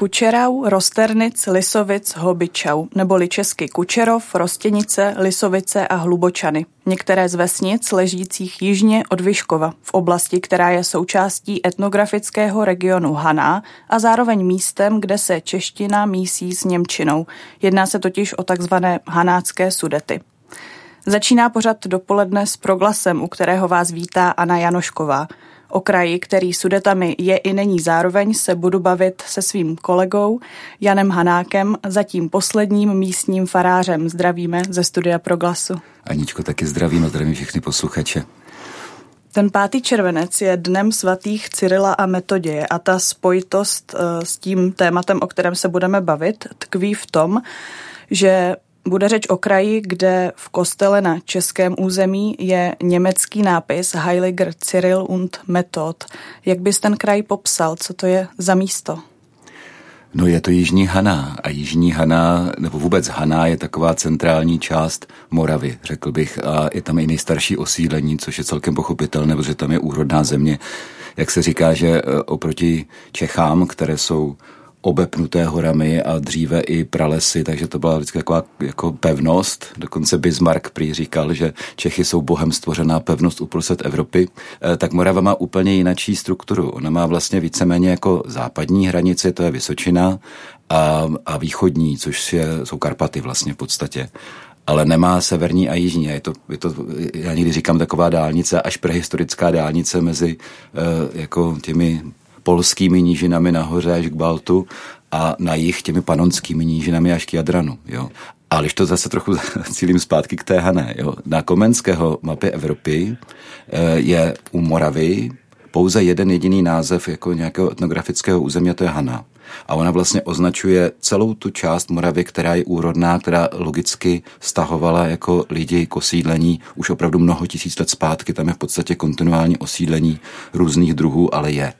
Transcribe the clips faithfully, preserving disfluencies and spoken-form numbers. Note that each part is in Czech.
Kučerau, Rosternic, Lisovic, Hobičau, neboli česky Kučerov, Rostěnice, Lisovice a Hlubočany. Některé z vesnic ležících jižně od Vyškova, v oblasti, která je součástí etnografického regionu Haná a zároveň místem, kde se čeština mísí s němčinou. Jedná se totiž o takzvané hanácké Sudety. Začíná pořad dopoledne s proglasem, u kterého vás vítá Anna Janošková. O kraji, který Sudetami je i není zároveň, se budu bavit se svým kolegou Janem Hanákem, zatím posledním místním farářem. Zdravíme ze studia Proglasu. Aničko, taky zdravím a zdravím všechny posluchače. Ten pátý červenec je dnem svatých Cyrila a Metoděje a ta spojitost s tím tématem, o kterém se budeme bavit, tkví v tom, že bude řeč o kraji, kde v kostele na českém území je německý nápis Heiliger Cyril und Method. Jak bys ten kraj popsal? Co to je za místo? No je to Jižní Haná a Jižní Haná, nebo vůbec Haná je taková centrální část Moravy, řekl bych, a je tam i nejstarší osídlení, což je celkem pochopitelné, protože tam je úrodná země. Jak se říká, že oproti Čechám, které jsou obepnuté horami a dříve i pralesy, takže to byla vždycky taková jako pevnost. Dokonce Bismarck prý říkal, že Čechy jsou bohem stvořená pevnost uprostřed Evropy. Tak Morava má úplně jinačí strukturu. Ona má vlastně víceméně jako západní hranici, to je Vysočina, a, a východní, což je, jsou Karpaty vlastně v podstatě. Ale nemá severní a jižní. Je to, je to, já někdy říkám, taková dálnice, až prehistorická dálnice mezi uh, jako těmi polskými nížinami nahoře až k Baltu a na jih těmi panonskými nížinami až k Jadranu. Jo. A když to zase trochu cílím zpátky k té Hané. Jo. Na Komenského mapě Evropy je u Moravy pouze jeden jediný název jako nějakého etnografického území, a to je Haná. A ona vlastně označuje celou tu část Moravy, která je úrodná, která logicky stahovala jako lidi k osídlení už opravdu mnoho tisíc let zpátky. Tam je v podstatě kontinuální osídlení různých druhů, ale je.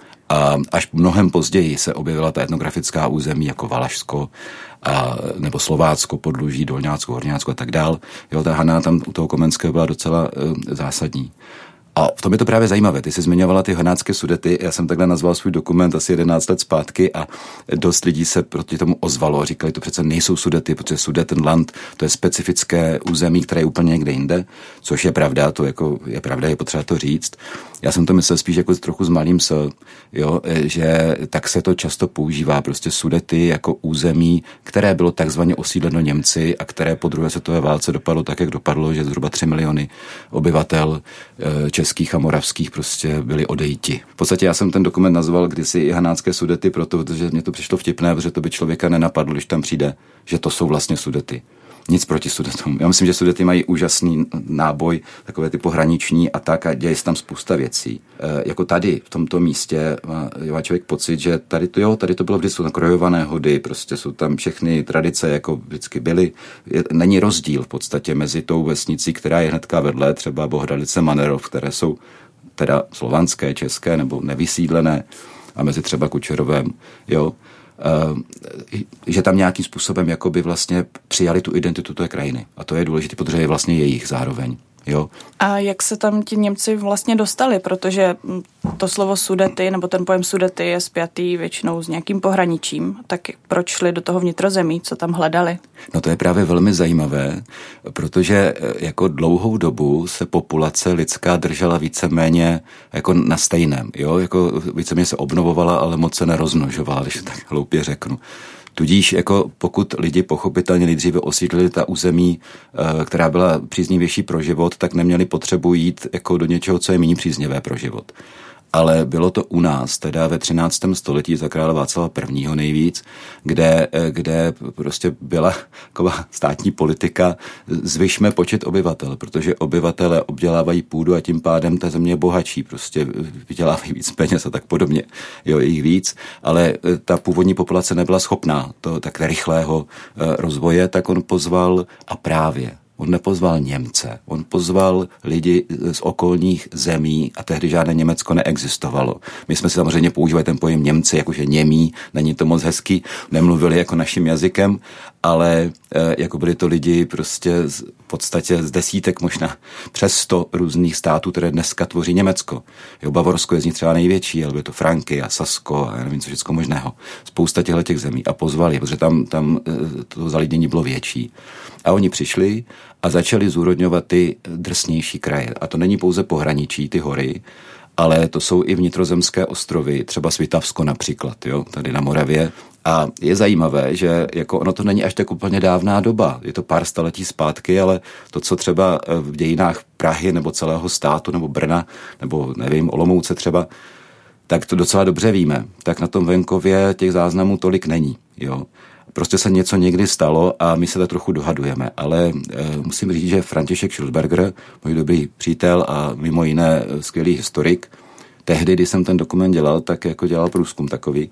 A až mnohem později se objevila ta etnografická území jako Valašsko a, nebo Slovácko, Podluží, Dolňácko, Horňácko a tak dál. Jo, ta Haná tam u toho Komenského byla docela uh, zásadní. A v tom je to právě zajímavé. Ty jsi zmiňovala ty hanácké Sudety, já jsem takhle nazval svůj dokument asi jedenáct let zpátky a dost lidí se proti tomu ozvalo a říkali, to přece nejsou Sudety, protože Sudetenland, to je specifické území, které je úplně někde jinde, což je pravda, to jako je pravda, je potřeba to říct. Já jsem to myslel spíš jako trochu s malým s, jo, že tak se to často používá, prostě Sudety jako území, které bylo takzvaně osídleno Němci a které po druhé světové válce dopadlo tak, jak dopadlo, že zhruba tři miliony obyvatel českých a moravských prostě byli odejiti. V podstatě já jsem ten dokument nazval kdysi i hanácké Sudety, protože mě to přišlo vtipné, protože to by člověka nenapadlo, když tam přijde, že to jsou vlastně Sudety. Nic proti Sudetům. Já myslím, že Sudety mají úžasný náboj, takové ty pohraniční a tak a děje se tam spousta věcí. E, jako tady, v tomto místě, má, má člověk pocit, že tady to, jo, tady to bylo vždycky nakrojované hody, prostě jsou tam všechny tradice, jako vždycky byly. Je, není rozdíl v podstatě mezi tou vesnicí, která je hnedka vedle, třeba Bohdalice, Manerov, které jsou teda slovanské, české nebo nevysídlené, a mezi třeba Kučerovem, jo. Uh, že tam nějakým způsobem jakoby vlastně přijali tu identitu té krajiny. A to je důležité, protože je vlastně jejich zároveň. Jo? A jak se tam ti Němci vlastně dostali? Protože to slovo Sudety, nebo ten pojem Sudety je spjatý většinou s nějakým pohraničím. Tak proč šli do toho vnitrozemí? Co tam hledali? No to je právě velmi zajímavé, protože jako dlouhou dobu se populace lidská držela víceméně jako na stejném. Jo? Jako víceméně se obnovovala, ale moc se nerozmnožovala, když tak hloupě řeknu. Tudíž jako pokud lidi pochopitelně nejdříve osídlili ta území, která byla příznivější pro život, tak neměli potřebu jít jako do něčeho, co je méně příznivé pro život. Ale bylo to u nás, teda ve třináctém století za krále Václava prvního nejvíc, kde, kde prostě byla taková státní politika, zvyšme počet obyvatel, protože obyvatele obdělávají půdu a tím pádem ta země je bohatší, prostě vydělávají víc peněz a tak podobně, jo, jich víc, ale ta původní populace nebyla schopná to tak rychlého rozvoje, tak on pozval a právě On nepozval Němce, on pozval lidi z okolních zemí a tehdy žádné Německo neexistovalo. My jsme si samozřejmě používali ten pojem Němci, jakože němí, není to moc hezký, nemluvili jako naším jazykem, ale jako byli to lidi prostě v podstatě z desítek, možná přes sto různých států, které dneska tvoří Německo. Jo, Bavorsko je z nich třeba největší, ale byly to Franky a Sasko a já nevím, co všechno možného. Spousta těchto těch zemí a pozvali, protože tam, tam to zalidnění bylo větší. A oni přišli a začali zúrodňovat ty drsnější kraje. A to není pouze pohraničí, ty hory, ale to jsou i vnitrozemské ostrovy, třeba Svitavsko například, jo, tady na Moravě. A je zajímavé, že jako ono to není až tak úplně dávná doba, je to pár staletí zpátky, ale to, co třeba v dějinách Prahy nebo celého státu nebo Brna nebo nevím, Olomouce třeba, tak to docela dobře víme. Tak na tom venkově těch záznamů tolik není, jo. Prostě se něco někdy stalo a my se to trochu dohadujeme, ale e, musím říct, že František Schilberger, můj dobrý přítel a mimo jiné skvělý historik, tehdy, když jsem ten dokument dělal, tak jako dělal průzkum takový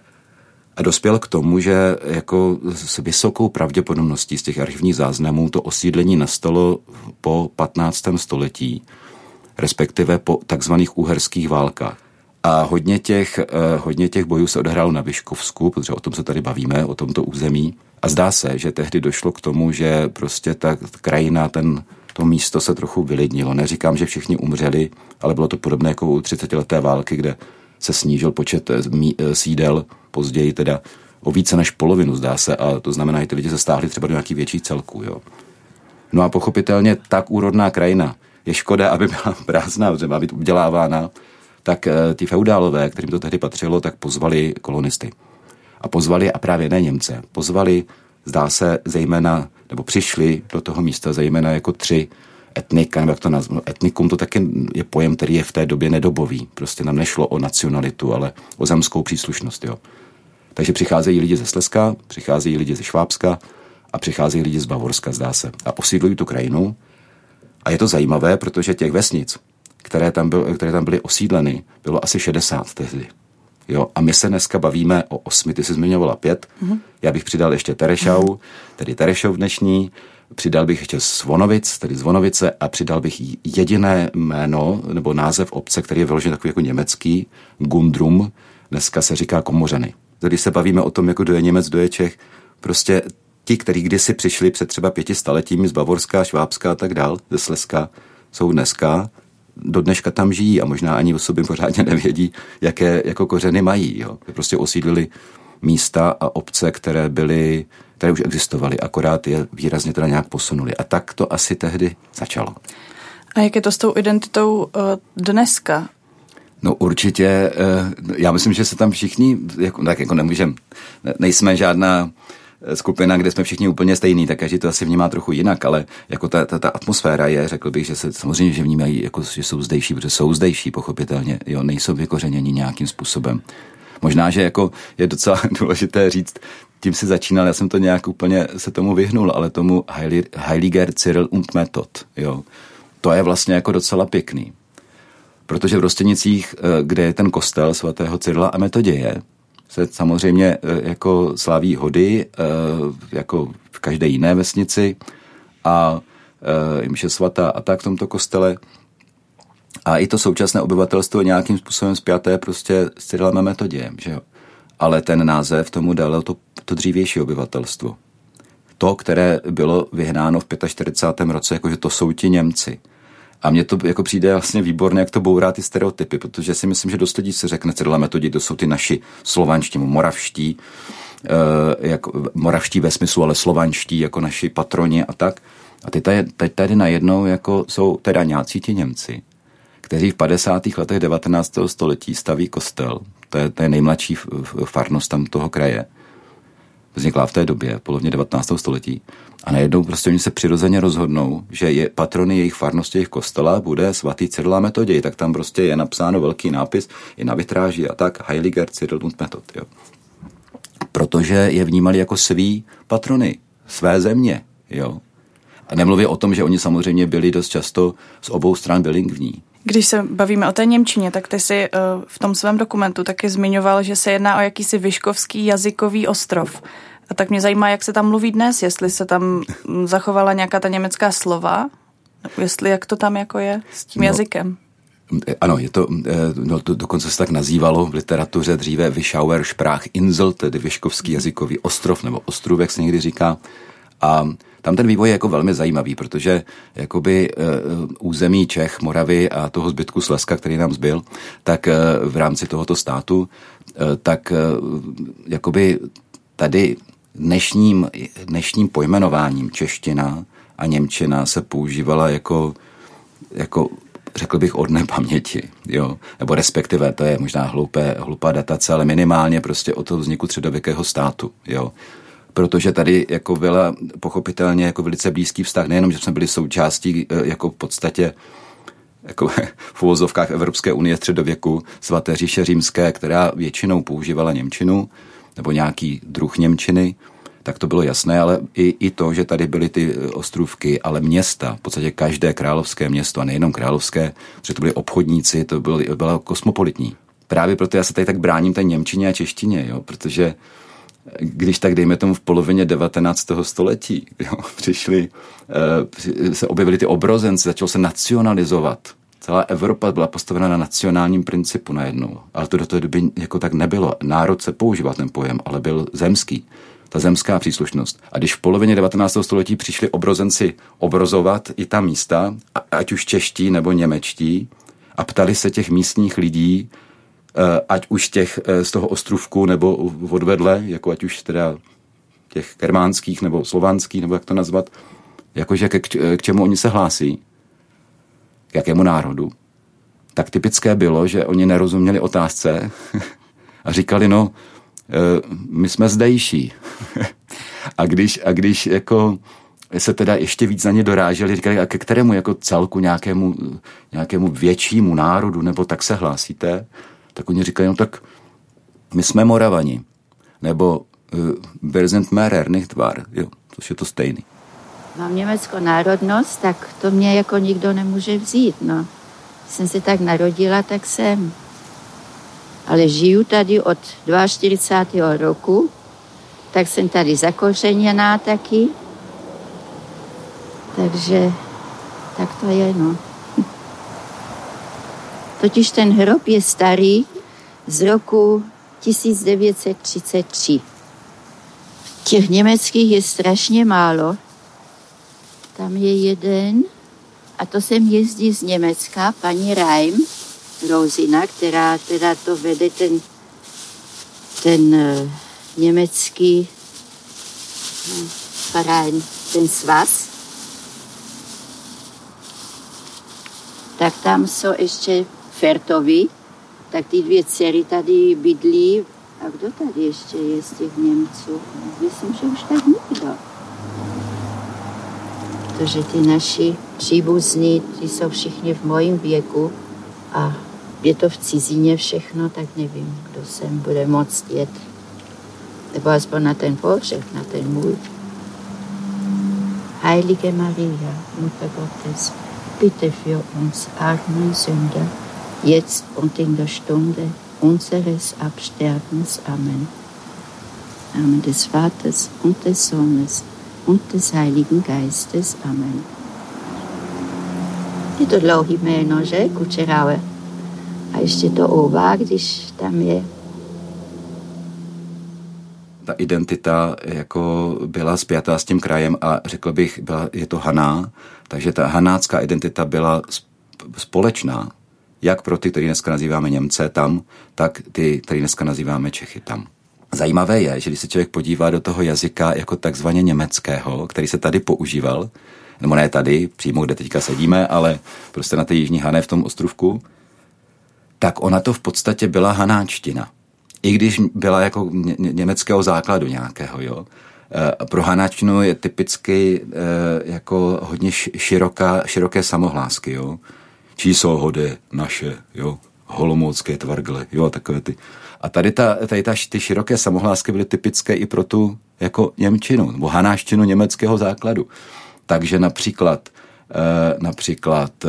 a dospěl k tomu, že jako s vysokou pravděpodobností z těch archivních záznamů to osídlení nastalo po patnáctém století, respektive po takzvaných uherských válkách. A hodně těch, hodně těch bojů se odehrálo na Vyškovsku, protože o tom se tady bavíme, o tomto území. A zdá se, že tehdy došlo k tomu, že prostě ta krajina, ten, to místo se trochu vylidnilo. Neříkám, že všichni umřeli, ale bylo to podobné jako u třicetileté války, kde se snížil počet sídel, později teda o více než polovinu, zdá se. A to znamená, že ty lidi se stáhli třeba do nějakých větších celků. Jo. No a pochopitelně tak úrodná krajina. Je škoda, aby byla prázdná, protože má být obdělávána. Tak ty feudálové, kterým to tehdy patřilo, tak pozvali kolonisty. A pozvali, a právě ne Němce, pozvali, zdá se, zejména, nebo přišli do toho místa zejména jako tři etnika, nebo jak to nazvu. Etnikum to taky je pojem, který je v té době nedobový. Prostě nám nešlo o nacionalitu, ale o zemskou příslušnost. Jo. Takže přicházejí lidi ze Slezska, přicházejí lidi ze Švábska a přicházejí lidi z Bavorska, zdá se. A osídlují tu krajinu. A je to zajímavé, protože těch vesnic, které tam, byl, které tam byly osídleny, bylo asi šedesát tehdy. Jo, a my se dneska bavíme o osmi, ty jsi zmiňovala pět, mm-hmm. Já bych přidal ještě Terešau, mm-hmm. tedy Terešov dnešní, přidal bych ještě Zvonovic, tedy Zvonovice a přidal bych jediné jméno, nebo název obce, který je vyložen takový jako německý, Gundrum, dneska se říká Komořany. Když se bavíme o tom, jako kdo je Němec, kdo je Čech, prostě ti, kteří kdysi přišli před třeba pěti staletími z Bavorska, Švábska a tak dál, ze Slezska, jsou dneska, do dneška tam žijí a možná ani o sobě pořádně nevědí, jaké jako kořeny mají. Jo. Prostě osídlili místa a obce, které byly, které už existovaly, akorát je výrazně teda nějak posunuli. A tak to asi tehdy začalo. A jak je to s tou identitou uh, dneska? No určitě, uh, já myslím, že se tam všichni, jako, tak jako nemůžeme, nejsme žádná skupina, kde jsme všichni úplně stejný, tak každý to asi vnímá trochu jinak, ale jako ta, ta, ta atmosféra je, řekl bych, že se samozřejmě, že vnímají, jako, že jsou zdejší, protože jsou zdejší, pochopitelně, jo, nejsou vykořeněni nějakým způsobem. Možná, že jako je docela důležité říct, tím si začínal, já jsem to nějak úplně se tomu vyhnul, ale tomu Heiliger Cyril und Method, jo, to je vlastně jako docela pěkný. Protože v Rostěnicích, kde je ten kostel svatého Cyrila a Metoděje, se samozřejmě jako slaví hody, jako v každé jiné vesnici a mše svatá a tak v tomto kostele. A i to současné obyvatelstvo je nějakým způsobem spjaté prostě s Cyrilem a Metodějem, že jo. Ale ten název tomu dalo to, to dřívější obyvatelstvo. To, které bylo vyhnáno v čtyřicátém pátém roce, jakože to jsou ti Němci. A mně to jako přijde vlastně výborné, jak to bourá ty stereotypy, protože si myslím, že dost lidí se řekne Cyrila Metodí, to jsou ty naši slovanští, moravští, e, jako, moravští ve smyslu, ale slovanští, jako naši patroni a tak. A ty tady, teď tady najednou jako jsou teda nějací ti Němci, kteří v padesátých letech devatenáctého století staví kostel, to je, to je nejmladší farnost tam toho kraje, vznikla v té době, v polovině devatenáctého století. A najednou prostě oni se přirozeně rozhodnou, že je patrony jejich farnosti, jejich kostela bude svatý Cyril a Metoděj. Tak tam prostě je napsáno velký nápis i na vitráži a tak Heiliger Cyril und Method. Jo. Protože je vnímali jako svý patrony, své země. Jo. A nemluvě o tom, že oni samozřejmě byli dost často z obou stran bilingvní. Když se bavíme o té němčině, tak ty si uh, v tom svém dokumentu taky zmiňoval, že se jedná o jakýsi vyškovský jazykový ostrov. A tak mě zajímá, jak se tam mluví dnes, jestli se tam zachovala nějaká ta německá slova, jestli jak to tam jako je s tím no, jazykem. Ano, je to, no, to dokonce se tak nazývalo v literatuře dříve Wischauer Sprachinsel, tedy Vyškovský jazykový ostrov, nebo ostrův, jak se někdy říká. A tam ten vývoj je jako velmi zajímavý, protože jakoby e, území Čech, Moravy a toho zbytku Slezska, který nám zbyl, tak e, v rámci tohoto státu, e, tak e, jakoby tady dnešním, dnešním pojmenováním čeština a němčina se používala jako, jako řekl bych od nepaměti, jo, nebo respektive, to je možná hloupé, hloupá datace, ale minimálně prostě od toho vzniku středověkého státu, jo. Protože tady jako byla pochopitelně jako velice blízký vztah, nejenom, že jsme byli součástí jako v podstatě jako v uvozovkách Evropské unie středověku, svaté říše římské, která většinou používala němčinu, nebo nějaký druh němčiny, tak to bylo jasné, ale i, i to, že tady byly ty ostrůvky, ale města, v podstatě každé královské město, a nejenom královské, protože to byli obchodníci, to bylo, bylo kosmopolitní. Právě proto já se tady tak bráním té němčině a češtině, jo, protože když tak dejme tomu v polovině devatenáctého století, jo, přišli, se objevily ty obrozenci, začalo se nacionalizovat. Celá Evropa byla postavena na nacionálním principu najednou, ale to do té doby jako tak nebylo. Národ se používal ten pojem, ale byl zemský. Ta zemská příslušnost. A když v polovině devatenáctého století přišli obrozenci obrozovat i ta místa, ať už čeští nebo němečtí, a ptali se těch místních lidí, ať už těch z toho ostrůvku nebo odvedle, jako ať už teda těch germánských nebo slovanských, nebo jak to nazvat, jakože k, k čemu oni se hlásí, k jakému národu, tak typické bylo, že oni nerozuměli otázce a říkali, no, my jsme zdejší. a když, a když jako se teda ještě víc na ně doráželi, říkali, a ke kterému jako celku nějakému, nějakému většímu národu, nebo tak se hlásíte, tak oni říkali, no tak my jsme Moravani, nebo uh, wir sind Märer, nicht wahr, jo, což je to stejný. Mám německou národnost, tak to mě jako nikdo nemůže vzít, no. Jsem se tak narodila, tak jsem. Ale žiju tady od čtyřicátého druhého roku, tak jsem tady zakořeněná taky. Takže tak to je, no. Totiž ten hrob je starý z roku tisíc devět set třicet tři. Těch německých je strašně málo. Tam je jeden, a to jsem jezdí z Německa, paní Reim, Rosina, která teda to vede ten, ten uh, německý uh, Verein, ten svaz. Tak tam jsou ještě Fertovi, tak ty dvě dcery tady bydlí. A kdo tady ještě je z těch Němců? Myslím, že už tak nikdo. Protože ty naši příbuzní, ty jsou všichni v mojím věku a je to v cizině všechno, tak nevím, kdo sem bude moct jet. Nebo aspoň na ten pohřeb, na ten můj. Heilige Maria, Mutter Gottes, bitte für uns arme Sünder, jetzt und in der Stunde unseres Absterbens. Amen. Namen des Vaters und des Sohnes und des Heiligen Geistes. Amen. Je to dlouhý jméno, že? Kučeráve. A ještě to ová, když tam je. Ta identita jako byla spjatá s tím krajem a řekl bych, byla, je to Haná, takže ta hanácká identita byla společná, jak pro ty, který dneska nazýváme Němce tam, tak ty, který dneska nazýváme Čechy tam. Zajímavé je, že když se člověk podívá do toho jazyka jako takzvaně německého, který se tady používal, nebo ne tady, přímo kde teďka sedíme, ale prostě na té jižní Hané v tom ostrůvku, tak ona to v podstatě byla hanáčtina. I když byla jako ně, německého základu nějakého, jo. E, pro hanáčtinu je typicky e, jako hodně široká, široké samohlásky, jo. Číslo hody, naše, jo. Holomoucké tvargle, jo, takové ty. A tady, ta, tady ta, ty široké samohlásky byly typické i pro tu jako němčinu, nebo hanáštinu německého základu. Takže například, e, například e,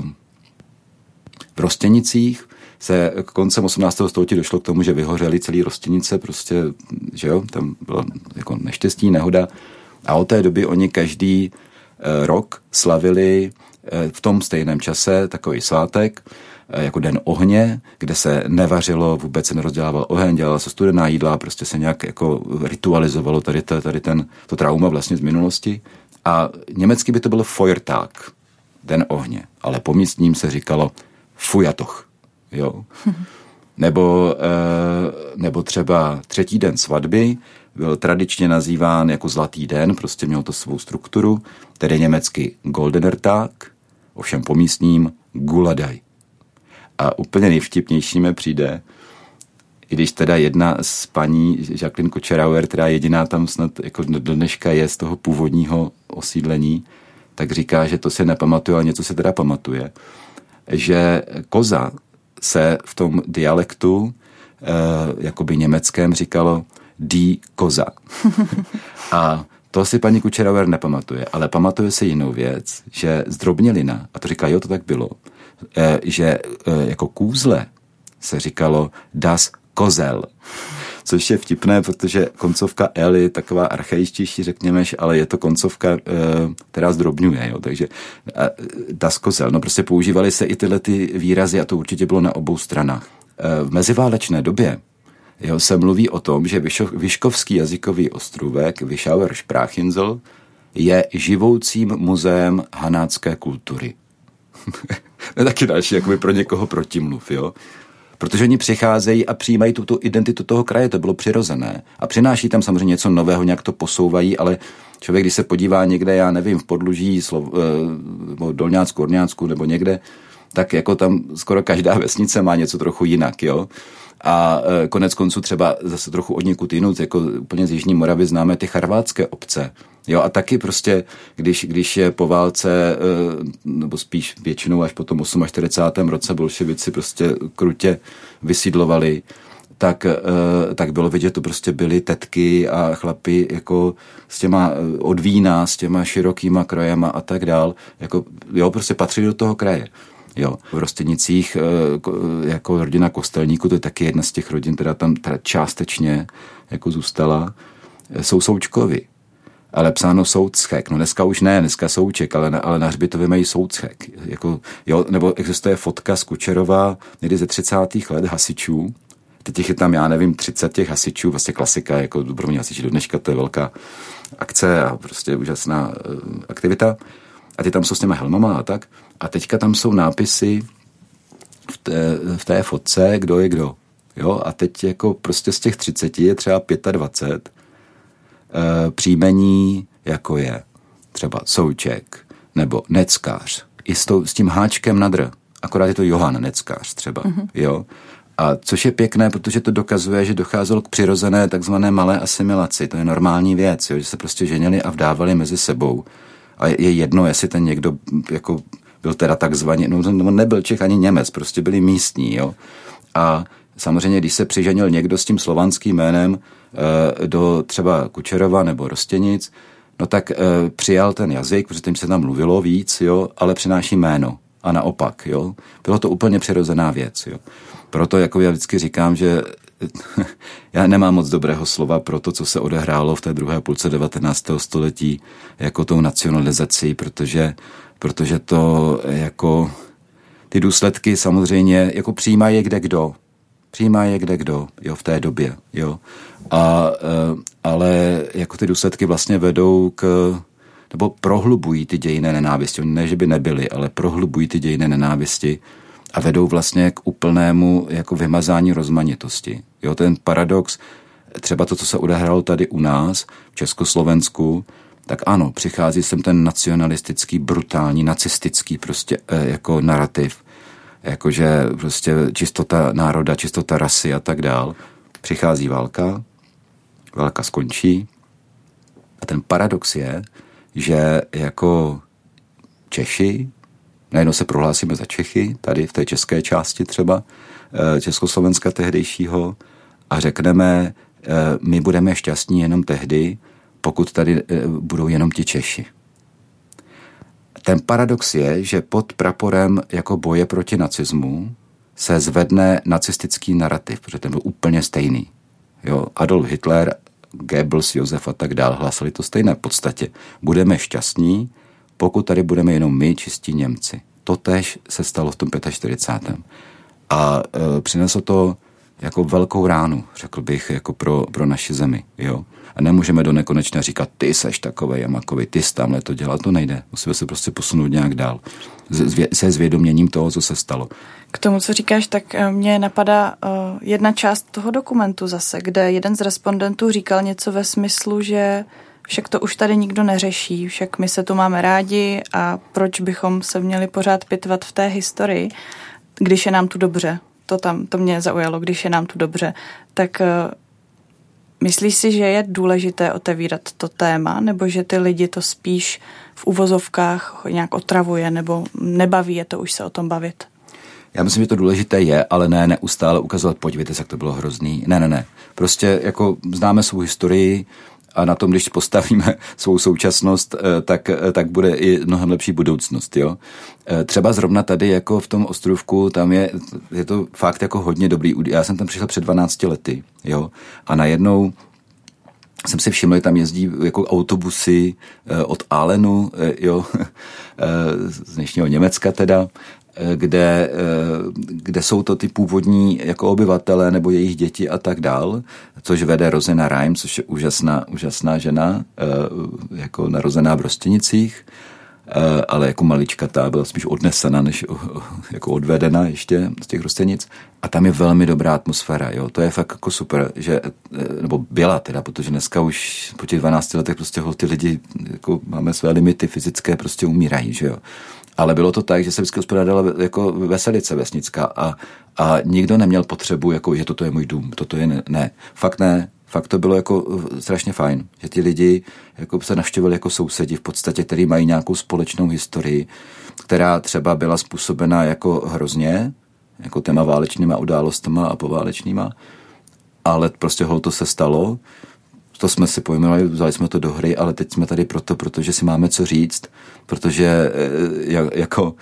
v Rostěnicích se koncem osmnáctého století došlo k tomu, že vyhořely celý Rostěnice, prostě, že jo, tam bylo jako neštěstí, nehoda. A od té doby oni každý e, rok slavili e, v tom stejném čase takový svátek jako den ohně, kde se nevařilo, vůbec se nerozdělával oheň, dělala se studená jídla, prostě se nějak jako ritualizovalo tady, tady ten, to trauma vlastně z minulosti. A německy by to bylo Feuertag, den ohně, ale po místním se říkalo Fujatoch, jo. Nebo, nebo třeba třetí den svatby byl tradičně nazýván jako zlatý den, prostě měl to svou strukturu, tedy německy Goldener Tag, ovšem po místním Guladaj. A úplně nejvtipnější mi přijde, i když teda jedna z paní Jacqueline Kučerauer, která jediná tam snad jako do dneška je z toho původního osídlení, tak říká, že to si nepamatuje, ale něco si teda pamatuje, že koza se v tom dialektu eh, jakoby německém říkalo die koza. A to si paní Kučerauer nepamatuje, ale pamatuje si jinou věc, že zdrobnělina, a to říká, jo, to tak bylo, eh, že eh, jako kůzle se říkalo das kozel, což je vtipné, protože koncovka L je taková archaičtější, řekněme, ale je to koncovka, která zdrobňuje, jo, takže das kozel, no prostě používaly se i tyhle ty výrazy a to určitě bylo na obou stranách. V meziválečné době, jo, se mluví o tom, že Vyškovský jazykový ostrůvek, Vyšauer Sprachinsel, je živoucím muzeem hanácké kultury. To je taky další, jakoby pro někoho protimluv, jo. Protože oni přicházejí a přijímají tu, tu identitu toho kraje, to bylo přirozené. A přináší tam samozřejmě něco nového, nějak to posouvají, ale člověk, když se podívá někde, já nevím, v Podluží, Slov, eh, Dolňácku, Orňácku nebo někde, tak jako tam skoro každá vesnice má něco trochu jinak, jo. A eh, konec konců třeba zase trochu od někud jinut, jako úplně z Jižní Moravy známe ty charvátské obce, jo, a taky prostě, když, když je po válce, nebo spíš většinou až po tom čtyřicátém osmém roce bolševici prostě krutě vysídlovali, tak, tak bylo vidět, to prostě byly tetky a chlapi jako s těma od vína, s těma širokýma krojema a tak dál, jako, jo, prostě patří do toho kraje. Jo, v Rostěnicích jako rodina Kostelníků, to je taky jedna z těch rodin, která tam teda částečně jako zůstala, jsou Součkovi. Ale psáno Soudschek. No dneska už ne, dneska Souček, ale na, ale na hřbitově mají Soudschek. Jako, jo, nebo existuje fotka z Kučerova někdy ze třicátých let hasičů. Teď je tam, já nevím, třicet těch hasičů, vlastně klasika, jako dobrovolní hasiči do dneška, to je velká akce a prostě úžasná uh, aktivita. A ty tam jsou s těma helmama a tak. A teďka tam jsou nápisy v té, v té fotce, kdo je kdo. Jo, a teď jako prostě z těch třiceti je třeba dvacet pět Uh, příjmení, jako je třeba Souček nebo Neckář. I s, to, s tím háčkem nad R. Akorát je to Johan Neckář třeba. Mm-hmm. Jo? A což je pěkné, protože to dokazuje, že docházelo k přirozené takzvané malé asimilaci. To je normální věc, jo? Že se prostě ženili a vdávali mezi sebou. A je jedno, jestli ten někdo jako byl teda takzvaně, no nebyl Čech ani Němec, prostě byli místní. Jo? A samozřejmě, když se přiženil někdo s tím slovanským jménem e, do třeba Kučerova nebo Rostěnic, no tak e, přijal ten jazyk, protože tím se tam mluvilo víc, jo, ale přináší jméno. A naopak, jo. Bylo to úplně přirozená věc, jo. Proto, jako já vždycky říkám, že já nemám moc dobrého slova pro to, co se odehrálo v té druhé půlce devatenáctého století jako tou nacionalizací, protože, protože to jako ty důsledky samozřejmě jako přijímá je kde kdo. Přijímá je kde kdo, jo, v té době, jo. A, ale jako ty důsledky vlastně vedou k, nebo prohlubují ty dějinné nenávisti. Ne, že by nebyly, ale prohlubují ty dějinné nenávisti a vedou vlastně k úplnému jako vymazání rozmanitosti. Jo, ten paradox, třeba to, co se odehrálo tady u nás, v Československu, tak ano, přichází sem ten nacionalistický, brutální, nacistický prostě jako narrativ, jakože prostě čistota národa, čistota rasy a tak dál. Přichází válka, válka skončí a ten paradox je, že jako Češi, najednou se prohlásíme za Čechy, tady v té české části třeba Československa tehdejšího a řekneme, my budeme šťastní jenom tehdy, pokud tady budou jenom ti Češi. Ten paradox je, že pod praporem jako boje proti nacismu se zvedne nacistický narrativ, protože ten byl úplně stejný. Jo, Adolf Hitler, Goebbels, Josef a tak dál hlasali to stejné v podstatě. Budeme šťastní, pokud tady budeme jenom my, čistí Němci. totéž se stalo v tom čtyřicátém pátém A e, přineslo to jako velkou ránu, řekl bych, jako pro, pro naši zemi, jo. A nemůžeme do nekonečna říkat, ty seš takovej a makovej, ty jsi tamhle to dělal, to nejde. Musíme se prostě posunout nějak dál. Se zvědoměním toho, co se stalo. K tomu, co říkáš, tak mě napadá uh, jedna část toho dokumentu zase, kde jeden z respondentů říkal něco ve smyslu, že však to už tady nikdo neřeší, však my se tu máme rádi a proč bychom se měli pořád pitvat v té historii, když je nám tu dobře. To tam, to mě zaujalo, když je nám tu dobře. Tak uh, myslíš si, že je důležité otevírat to téma, nebo že ty lidi to spíš v uvozovkách nějak otravuje, nebo nebaví je to už se o tom bavit? Já myslím, že to důležité je, ale ne neustále ukazovat, podívejte se, jak to bylo hrozný. Ne, ne, ne. Prostě jako známe svou historii a na tom, když postavíme svou současnost, tak, tak bude i mnohem lepší budoucnost, jo. Třeba zrovna tady jako v tom Ostrůvku, tam je, je to fakt jako hodně dobrý. Já jsem tam přišel před dvanácti lety, jo. A najednou jsem si všiml, že tam jezdí jako autobusy od Ahlenu, jo, z dnešního Německa teda, kde, kde jsou to ty původní jako obyvatelé nebo jejich děti a tak dál, což vede Rosina Reim, což je úžasná, úžasná žena, jako narozená v Rostěnicích, ale jako maličkatá, byla spíš odnesena, než jako odvedena ještě z těch Rostěnic. A tam je velmi dobrá atmosféra, jo. To je fakt jako super, že, nebo byla teda, protože dneska už po těch dvanácti letech prostě ty lidi, jako máme své limity fyzické, prostě umírají, že jo. Ale bylo to tak, že se vždycky uspořádala jako veselice vesnická a, a nikdo neměl potřebu, jako, že toto je můj dům, toto je ne. ne. Fakt ne. Fakt to bylo jako strašně fajn, že ti lidi jako se navštěvili jako sousedi v podstatě, který mají nějakou společnou historii, která třeba byla způsobena jako hrozně, jako těma válečnýma událostma a poválečnýma, ale prostě hol to se stalo, to jsme si pojmenovali, vzali jsme to do hry, ale teď jsme tady proto, protože si máme co říct, protože jako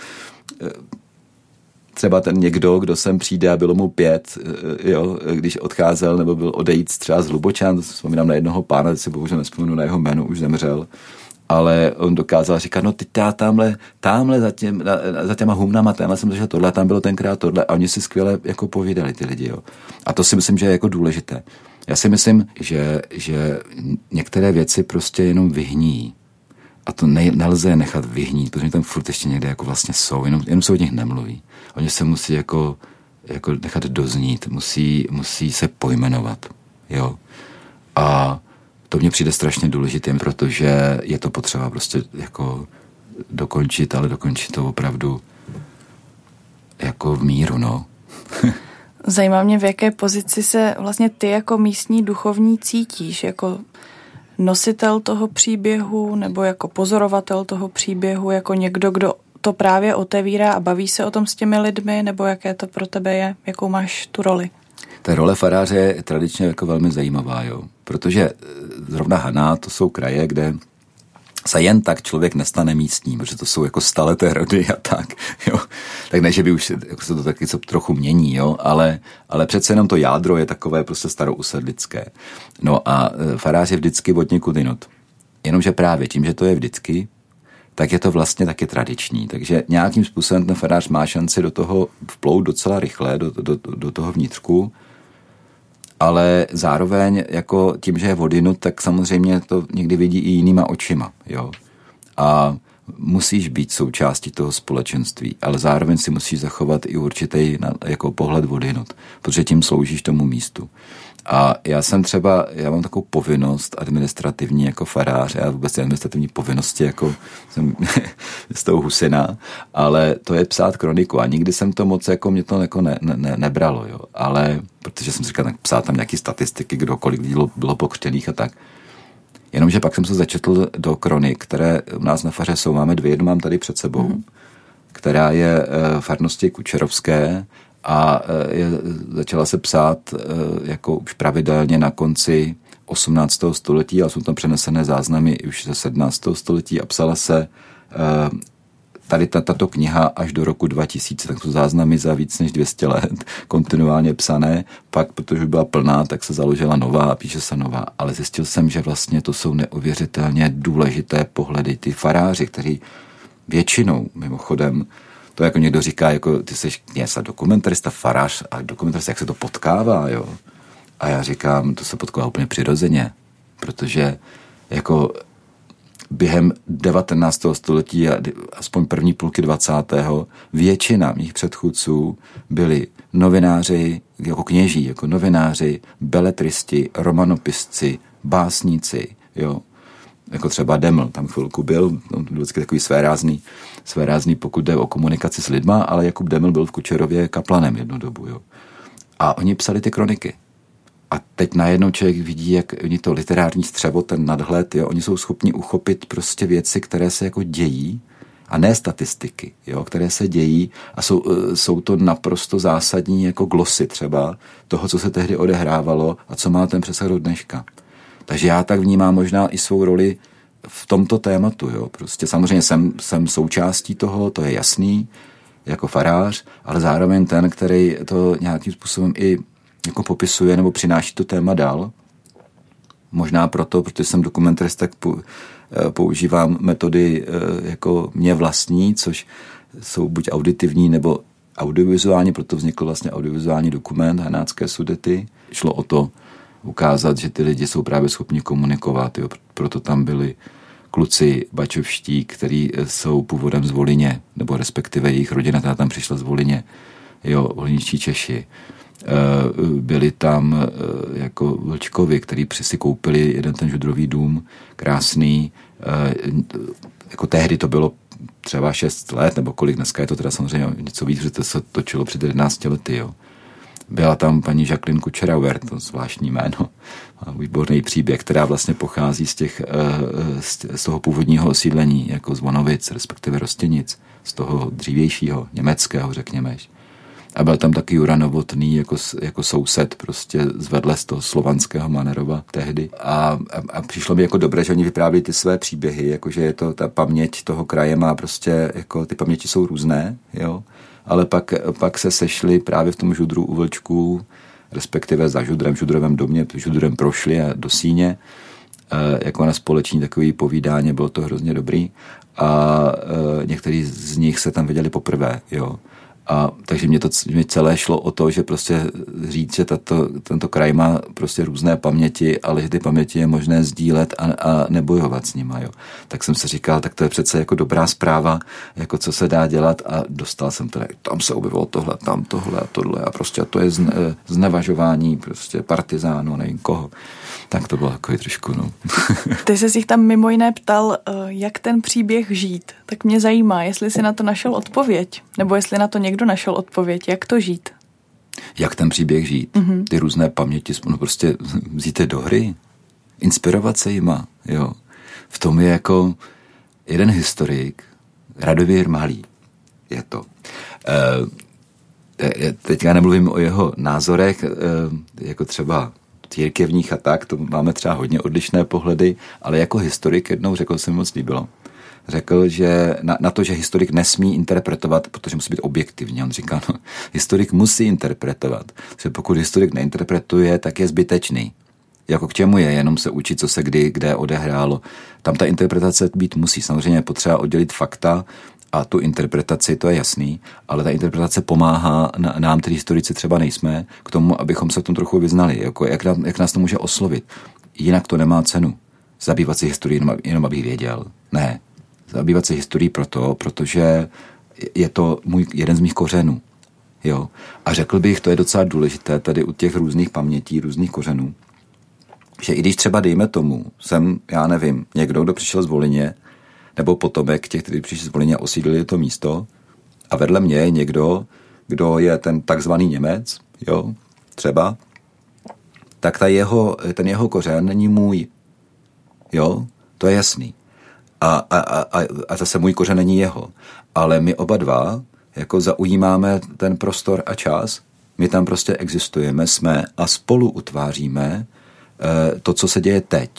třeba ten někdo, kdo sem přijde a bylo mu pět, jo, když odcházel nebo byl odejít třeba z Hlubočan, vzpomínám na jednoho pána, teď si bohužel nespomenu na jeho jméno, už zemřel, ale on dokázal říkat, no teď já tamhle, tamhle za, těm, za těma humnama, tamhle jsem zažil tohle, tam bylo tenkrát tohle a oni si skvěle jako povídali ty lidi, jo. A to si myslím, že je jako důležité. Já si myslím, že, že některé věci prostě jenom vyhní. A to ne, nelze nechat vyhnít, protože tam furt ještě někde jako vlastně jsou, jenom, jenom se o nich nemluví. Oni se musí jako, jako nechat doznít, musí, musí se pojmenovat, jo. A to mně přijde strašně důležitým, protože je to potřeba prostě jako dokončit, ale dokončit to opravdu jako v míru, no. Zajímá mě, v jaké pozici se vlastně ty jako místní duchovní cítíš, jako nositel toho příběhu nebo jako pozorovatel toho příběhu, jako někdo, kdo to právě otevírá a baví se o tom s těmi lidmi, nebo jaké to pro tebe je, jakou máš tu roli? Ta role faráře je tradičně jako velmi zajímavá, jo, protože zrovna Haná, to jsou kraje, kde se jen tak člověk nestane místním, protože to jsou jako staleté rody a tak, jo. Tak ne, že by už jako se to taky co trochu mění, jo, ale, ale přece jenom to jádro je takové prostě starousedlické. No a farář je vždycky od někud jinut. Jenomže právě tím, že to je vždycky, tak je to vlastně taky tradiční. Takže nějakým způsobem ten farář má šanci do toho vplout docela rychle, do, do, do toho vnitřku, ale zároveň jako tím, že je odinut, tak samozřejmě to někdy vidí i jinýma očima, jo. A musíš být součástí toho společenství, ale zároveň si musíš zachovat i určitý jako pohled odinut, protože tím sloužíš tomu místu. A já jsem třeba, já mám takovou povinnost administrativní jako farář, já vůbec administrativní povinnosti jako jsem z toho Husina, ale to je psát kroniku a nikdy jsem to moc, jako mě to jako ne, ne, nebralo, jo, ale protože jsem si říkal, tak psát tam nějaký statistiky, kdo kolik lidí bylo pokřtěných a tak. Jenomže pak jsem se začetl do kronik, které u nás na faře jsou, máme dvě, jednu mám tady před sebou, mm. která je e, farnosti Kučerovské, a je, začala se psát jako už pravidelně na konci osmnáctého století, ale jsou tam přenesené záznamy už ze sedmnáctého století a psala se tady tato kniha až do roku dva tisíce, tak jsou záznamy za víc než dvě stě let kontinuálně psané, pak, protože byla plná, tak se založila nová a píše se nová, ale zjistil jsem, že vlastně to jsou neuvěřitelně důležité pohledy, ty faráři, kteří většinou, mimochodem, To jako někdo říká, jako ty jsi něco dokumentarista, farář a dokumentarista, jak se to potkává, jo. A já říkám, to se potkává úplně přirozeně, protože jako během devatenáctého století a aspoň první půlky dvacátého většina mých předchůdců byli novináři, jako kněží, jako novináři, beletristi, romanopisci, básníci, jo. Jako třeba Deml, tam chvilku byl, on byl vždycky takový svérázný, svérázný, pokud jde o komunikaci s lidma, ale Jakub Deml byl v Kučerově kaplanem jednu dobu, jo. A oni psali ty kroniky. A teď najednou člověk vidí, jak oni to literární střevo, ten nadhled, jo, oni jsou schopni uchopit prostě věci, které se jako dějí, a ne statistiky, jo, které se dějí a jsou, jsou to naprosto zásadní jako glosy třeba toho, co se tehdy odehrávalo a co má ten přesah do dneška. Takže já tak vnímám možná i svou roli v tomto tématu, jo. Prostě samozřejmě jsem, jsem součástí toho, to je jasný, jako farář, ale zároveň ten, který to nějakým způsobem i jako popisuje nebo přináší to téma dál. Možná proto, protože jsem dokumentarista, tak používám metody jako mě vlastní, což jsou buď auditivní nebo audiovizuální, proto vznikl vlastně audiovizuální dokument Hanácké Sudety. Šlo o to ukázat, že ty lidi jsou právě schopni komunikovat, jo. Proto tam byli kluci bačovští, kteří jsou původem z Volině, nebo respektive jejich rodina tam přišla z Volině, jo, volničtí Češi. Byli tam jako Vlčkovi, který si koupili jeden ten žudrový dům, krásný, jako tehdy to bylo třeba šest let, nebo kolik, dneska je to teda samozřejmě něco víc, že to se točilo před jedenácti lety, jo. Byla tam paní Jacqueline Kučerauer, to zvláštní jméno, výborný příběh, která vlastně pochází z, těch, z toho původního osídlení, jako z Vonovic, respektive Rostěnic, z toho dřívějšího, německého, řekněme. A byl tam taky Jura Novotný jako, jako soused prostě zvedle z toho slovanského Manerova tehdy. A, a, a přišlo mi jako dobré, že oni vyprávěli ty své příběhy, jakože je to ta paměť toho kraje má prostě, jako ty paměti jsou různé, jo. Ale pak, pak se sešli právě v tom žudru u Vlčků, respektive za žudrem, v žudrovém domě, žudrem prošli a do síně, e, jako na společní takový povídání, bylo to hrozně dobrý a e, některý z nich se tam viděli poprvé, jo. A takže mě to mě celé šlo o to, že prostě říct, že tato, tento kraj má prostě různé paměti, ale že ty paměti je možné sdílet a, a nebojovat s nima, jo. Tak jsem si říkal, tak to je přece jako dobrá zpráva, jako co se dá dělat a dostal jsem teda, tam se objevilo tohle, tam tohle a tohle a prostě to je zne, znevažování prostě partizánů, nevím koho. Tak to bylo takový trošku, no. Ty jsi jich tam mimo jiné ptal, jak ten příběh žít. Tak mě zajímá, jestli jsi na to našel odpověď, nebo jestli na to někdo našel odpověď, jak to žít. Jak ten příběh žít? Mm-hmm. Ty různé paměti, no prostě vzít je do hry, inspirovat se jima, jo. V tom je jako jeden historik, Radověr Malý, je to. E, teďka nemluvím o jeho názorech, e, jako třeba církevních a tak, to máme třeba hodně odlišné pohledy, ale jako historik jednou řekl, se mi moc líbilo. Řekl, že na, na to, že historik nesmí interpretovat, protože musí být objektivní. On říká, no, historik musí interpretovat. Že pokud historik neinterpretuje, tak je zbytečný. Jako k čemu je, jenom se učit, co se kdy, kde odehrálo. Tam ta interpretace být musí. Samozřejmě je potřeba oddělit fakta a tu interpretaci, to je jasný, ale ta interpretace pomáhá nám, který historici třeba nejsme, k tomu, abychom se v tom trochu vyznali. Jako jak, nám, jak nás to může oslovit. Jinak to nemá cenu. Zabývat se historií, jenom, jenom abych věděl. Ne. Zabývat se historií proto, protože je to můj, jeden z mých kořenů. Jo. A řekl bych, to je docela důležité tady u těch různých pamětí, různých kořenů, že i když třeba dejme tomu, jsem, já nevím, někdo, kdo přišel z Volině, nebo potomek těch, kteří přišli z Volině a osídlili to místo, a vedle mě je někdo, kdo je ten takzvaný Němec, jo, třeba, tak ta jeho, ten jeho kořen není můj. Jo, to je jasný. A, a, a, a zase můj kořen není jeho. Ale my oba dva jako zaujímáme ten prostor a čas, my tam prostě existujeme, jsme a spolu utváříme eh, to, co se děje teď. A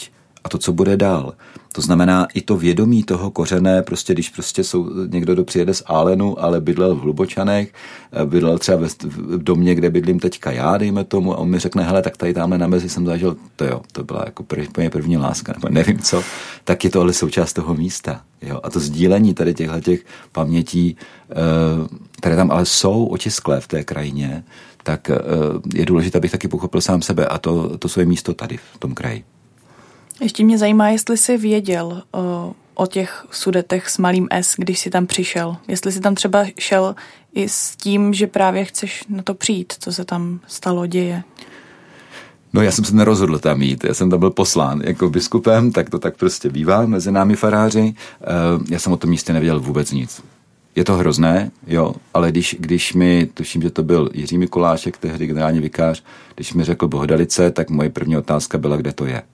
a to, co bude dál. To znamená i to vědomí toho kořené, prostě když prostě jsou, někdo do přijede z Álenu, ale bydlel v Hlubočanech, bydlel třeba v, v domě, kde bydlím teďka já, dejme tomu, a on mi řekne, hele, tak tady tamhle na mezi jsem zažil, to jo, to byla jako první, první láska, nebo nevím co, tak je to ale součást toho místa. Jo? A to sdílení tady těchto těch pamětí, které tam ale jsou otisklé v té krajině, tak je důležité, abych taky pochopil sám sebe a to, to svoje místo tady v tom kraji. Ještě mě zajímá, jestli jsi věděl o, o těch Sudetech s malým S, když jsi tam přišel. Jestli jsi tam třeba šel i s tím, že právě chceš na to přijít, co se tam stalo, děje. No já jsem se nerozhodl tam jít, já jsem tam byl poslán jako biskupem, tak to tak prostě bývá mezi námi faráři. Já jsem o tom místě nevěděl vůbec nic. Je to hrozné, jo, ale když, když mi, tuším, že to byl Jiří Mikulášek, tehdy generální vikář, když mi řekl Bohdalice, tak moje první otázka byla, kde to je.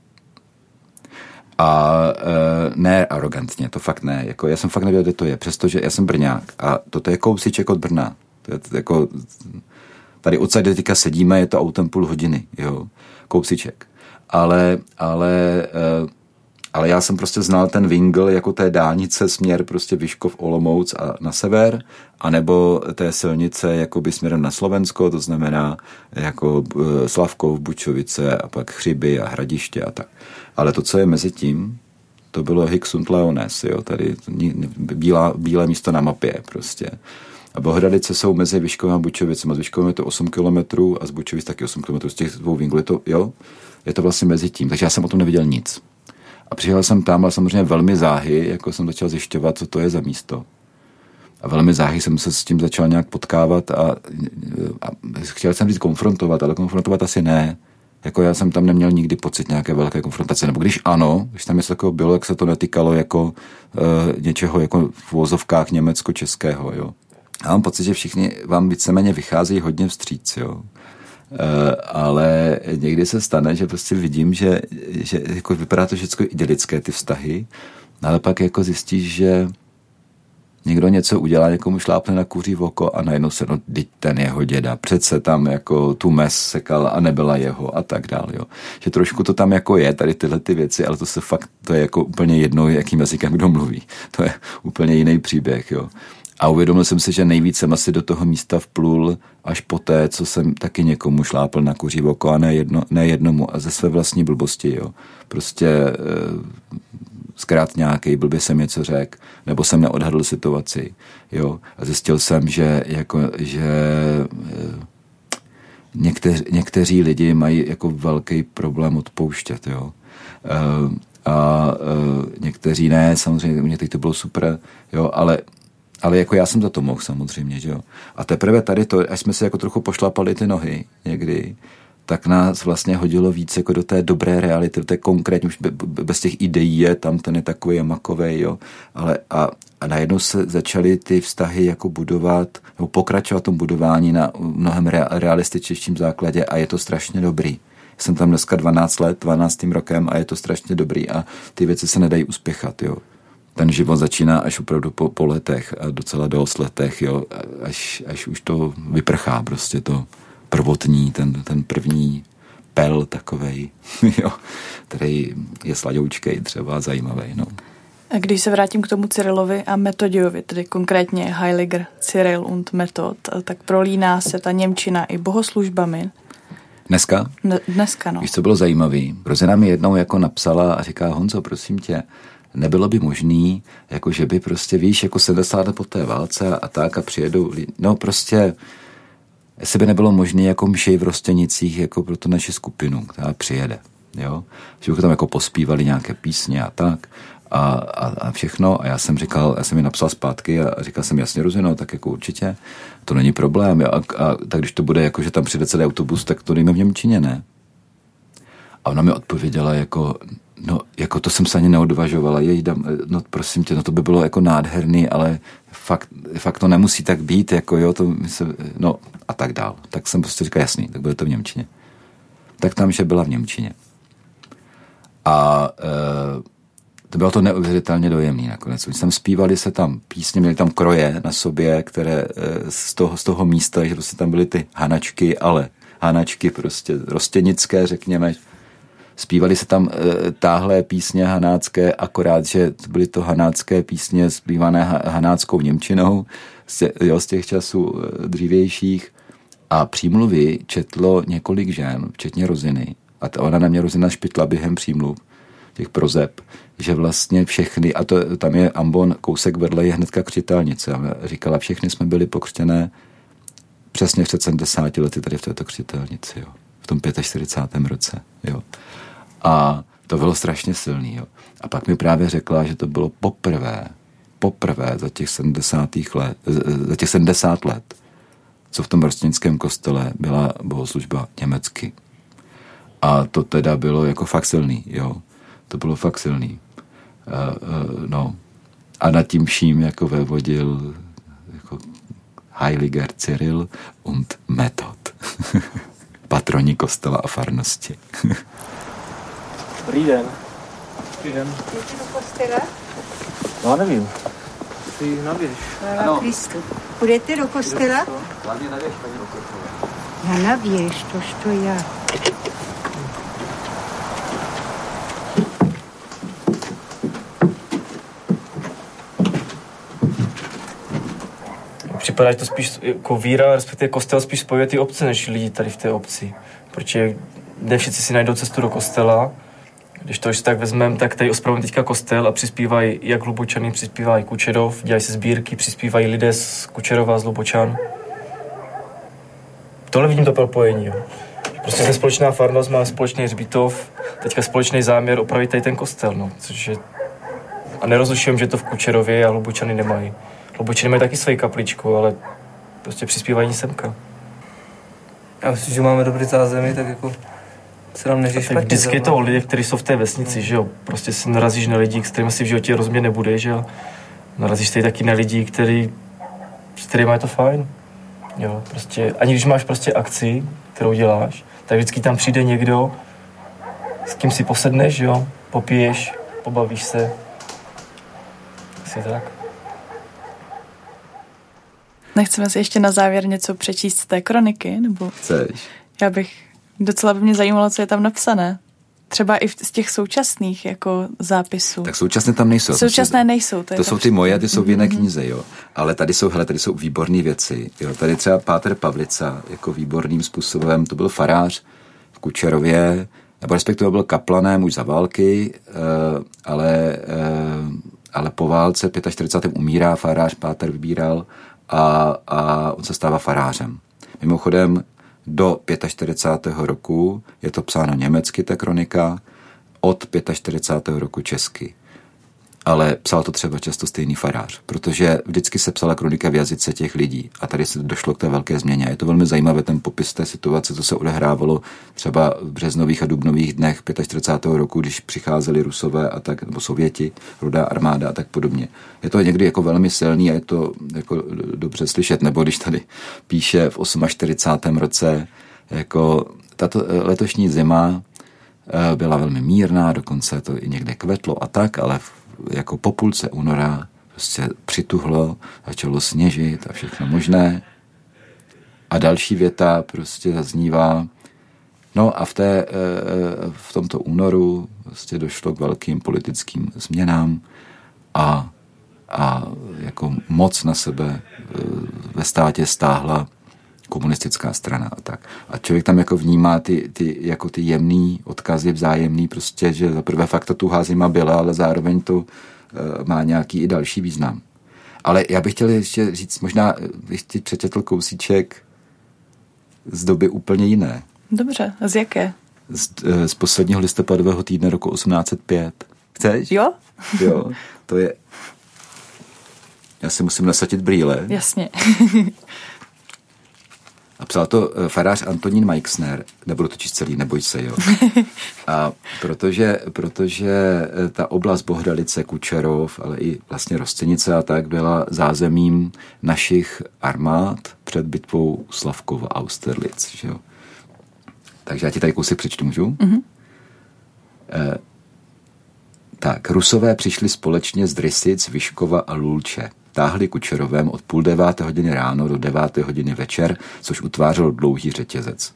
A e, ne arrogantně, to fakt ne. Jako, já jsem fakt nevěděl, kde to je, přestože já jsem Brňák a toto je kousíček od Brna. To je, to jako, tady odsud, kde teďka sedíme, je to autem půl hodiny, jo, kousíček. Ale, ale, e, ale já jsem prostě znal ten vingl jako té dálnice směr prostě Vyškov, Olomouc a na sever, anebo té silnice jakoby směrem na Slovensko, to znamená jako e, Slavkov, Bučovice a pak Chřiby a Hradiště a tak. Ale to, co je mezi tím, to bylo Hic sunt Leones, jo, tady bílá, bílé místo na mapě prostě. A Bohdalice jsou mezi Vyškovem a Bučovicem. A z Vyškovem je to osm kilometrů a z Bučovic taky osm kilometrů. Z těch dvou vinglů je to, jo, je to vlastně mezi tím. Takže já jsem o tom neviděl nic. A přijel jsem tam a samozřejmě velmi záhy, jako jsem začal zjišťovat, co to je za místo. A velmi záhy jsem se s tím začal nějak potkávat a, a chtěl jsem říct konfrontovat, ale konfrontovat asi ne. Jako já jsem tam neměl nikdy pocit nějaké velké konfrontace. Nebo když ano, když tam něco takového bylo, jak se to netýkalo jako e, něčeho jako v uvozovkách německo-českého, jo. Já mám pocit, že všichni vám víceméně vycházejí hodně vstříc, jo. E, ale někdy se stane, že prostě vidím, že, že jako vypadá to všechno idylické, ty vztahy, ale pak jako zjistíš, že někdo něco udělá, někomu šlápne na kuří oko a najednou se, no, teď ten jeho děda, přece tam jako tu mes sekal a nebyla jeho a tak dál, jo. Že trošku to tam jako je, tady tyhle ty věci, ale to se fakt, to je jako úplně jedno, jakým jazykem kdo mluví. To je úplně jiný příběh, jo. A uvědomil jsem si, že nejvíc jsem asi do toho místa vplul až poté, co jsem taky někomu šlápl na kuří oko a ne, jedno, ne jednomu a ze své vlastní blbosti, jo. Prostě e, zkrát nějaký blbě jsem něco řekl, nebo jsem neodhadl situaci, jo. A zjistil jsem, že jako, že e, někteř, někteří lidi mají jako velký problém odpouštět, jo. E, a e, někteří ne, samozřejmě, u některých to bylo super, jo, ale Ale jako já jsem za to mohl samozřejmě, že jo. A teprve tady to, až jsme si jako trochu pošlapali ty nohy někdy, tak nás vlastně hodilo víc jako do té dobré reality, do té konkrétní, už bez těch ideí je, tam ten je takový makovej, jo. Ale a, a najednou se začaly ty vztahy jako budovat, nebo pokračovat tom budování na mnohem realističtějším základě a je to strašně dobrý. Jsem tam dneska dvanáct let, dvanáctým rokem a je to strašně dobrý a ty věci se nedají uspěchat, jo. Ten život začíná až opravdu po, po letech a docela dost letech, jo, až, až už to vyprchá prostě to prvotní, ten, ten první pel takovej, jo, který je sladoučkej třeba zajímavý, no. A když se vrátím k tomu Cyrilovi a Metodiovi, tedy konkrétně Heiliger, Cyril und Metod, tak prolíná se ta němčina i bohoslužbami. Dneska? Ne, dneska, no. Víš, co bylo zajímavý? Rozena mi jednou jako napsala a říká, Honzo, prosím tě, nebylo by možný, jako že by prostě, víš, jako sedmdesát let po té válce a tak a přijedou, no prostě, jestli by nebylo možné jako mšej v Rostěnicích jako pro tu naši skupinu, která přijede, jo, že bychom tam jako pospívali nějaké písně a tak a, a, a všechno a já jsem říkal, já jsem mi napsal zpátky a říkal jsem jasně Rozeno, tak jako určitě, to není problém a, a tak když to bude jako, že tam přijde celý autobus, tak to dejme v němčině, ne? A ona mi odpověděla jako, no, jako to jsem se ani neodvažovala, jej dám, no prosím tě, no to by bylo jako nádherný, ale fakt, fakt to nemusí tak být, jako jo, to se, no a tak dál. Tak jsem prostě říkal, jasný, tak bude to v němčině. Tak tam, že byla v němčině. A e, to bylo to neuvěřitelně dojemný nakonec. Oni tam zpívali se tam písně, měli tam kroje na sobě, které e, z, toho, z toho místa, že prostě tam byly ty hanačky, ale hanačky prostě rostěnické, řekněme, Zpívali se tam e, táhlé písně hanácké, akorát, že byly to hanácké písně zpívané ha, hanáckou němčinou z, jo, z těch časů e, dřívějších. A přímluvy četlo několik žen, včetně Roziny. A ta, ona na mě Rozina špitla během přímluv, těch prozeb, že vlastně všechny, a to, tam je ambon, kousek vedle je hnedka křtitelnice. A říkala, všechny jsme byli pokřtěné přesně před sedmdesáti lety tady v této křtitelnici, jo. V tom čtyřicátém pátém roce, jo. A to bylo strašně silný, jo. A pak mi právě řekla, že to bylo poprvé, poprvé za těch sedmdesátých let, za těch sedmdesát let, co v tom rostnickém kostele byla bohoslužba německy. A to teda bylo jako fakt silný, jo. To bylo fakt silný. Uh, uh, no. A nad tím vším jako vévodil jako Heiliger Cyril und Metod. Patroni kostela a farnosti. Dobrý den. Dobrý den. Jdete do kostela? No, nevím. Ty naběž. Chvála Kristu. Půjdete do kostela? Hlavně naběž, paní do kostela. Já naběž, tož to já. Připadá, že to spíš jako víra, respektive kostel spíš spojuje ty obce, než lidi tady v té obci. Protože ne všichni si najdou cestu do kostela. Když to už tak vezmeme, tak tady ospravujeme teďka kostel a přispívají jak Hlubočany, přispívají Kučerov, dělají se sbírky, přispívají lidé z Kučerova, z Hlubočan. Tohle vidím to propojení, jo. Prostě jsme společná farnost, máme společný hřbitov, teďka společný záměr opravit tady ten kostel, no. Což je... A nerozlišujeme, že to v Kučerově a Hlubočany nemají. Hlubočany mají taky svoji kapličku, ale prostě přispívají semka. Já myslím, že máme dobrý zázemí, tak jako se nám neří špatně. Vždycky je to o lidech, kteří jsou v té vesnici, že jo. Prostě si narazíš na lidi, s kterými si v životě rozumět nebude, že jo. Narazíš tady taky na lidi, který, s kterými je to fajn. Jo, prostě, ani když máš prostě akci, kterou děláš, tak vždycky tam přijde někdo, s kým si posedneš, jo, popiješ, pobavíš se. Asi tak. Nechceme si ještě na závěr něco přečíst z té kroniky, nebo? Chceš? Já bych, docela by mě zajímalo, co je tam napsané. Třeba i z těch současných jako zápisů. Tak současné tam nejsou. Současné jsou, nejsou. To, to jsou ty moje, ty jsou v jiné knize, jo. Ale tady jsou, hele, tady jsou výborné věci. Jo. Tady třeba Páter Pavlica, jako výborným způsobem, to byl farář v Kučerově, nebo respektive byl kaplanem už za války, ale, ale po válce čtyřicátém pátém umírá, farář Páter vybíral a, a on se stává farářem. Mimochodem, do čtyřicátého pátého roku je to psáno německy, ta kronika, od čtyřicátého pátého roku česky. Ale psal to třeba často stejný farář, protože vždycky se psala kronika v jazyce těch lidí a tady se došlo k té velké změně. Je to velmi zajímavé, ten popis té situace, co se odehrávalo třeba v březnových a dubnových dnech čtyřicátého pátého roku, když přicházeli Rusové a tak, nebo Sověti, Rudá armáda a tak podobně. Je to někdy jako velmi silný a je to jako dobře slyšet, nebo když tady píše v čtyřicátém osmém roce, jako tato letošní zima byla velmi mírná, dokonce to i někde kvetlo a tak, ale jako po půlce února prostě přituhlo, začalo sněžit a všechno možné. A další věta prostě zaznívá, no a v, té, v tomto únoru prostě došlo k velkým politickým změnám a, a jako moc na sebe ve státě stáhla komunistická strana a tak. A člověk tam jako vnímá ty, ty, jako ty jemný odkazy vzájemný, prostě, že za prvé fakt ta tuhá zima byla, ale zároveň to uh, má nějaký i další význam. Ale já bych chtěl ještě říct, možná ještě přečetl kousíček z doby úplně jiné. Dobře, a z jaké? Z, z posledního listopadového týdne roku osmnáct set pět. Chceš? Jo? Jo, to je... Já si musím nasadit brýle. Jasně. A psal to farář Antonín Meixner, nebudu to číst celý, neboj se, jo. A protože, protože ta oblast Bohdalice, Kučerov, ale i vlastně Rostěnice a tak byla zázemím našich armád před bitvou Slavkova a Austerlitz, že jo. Takže já ti tady kousek přečtu, můžu? Mm-hmm. E, tak, Rusové přišli společně z Drysic, Vyškova a Lulče. Táhli Kučerovem od půl deváté hodiny ráno do deváté hodiny večer, což utvářelo dlouhý řetězec.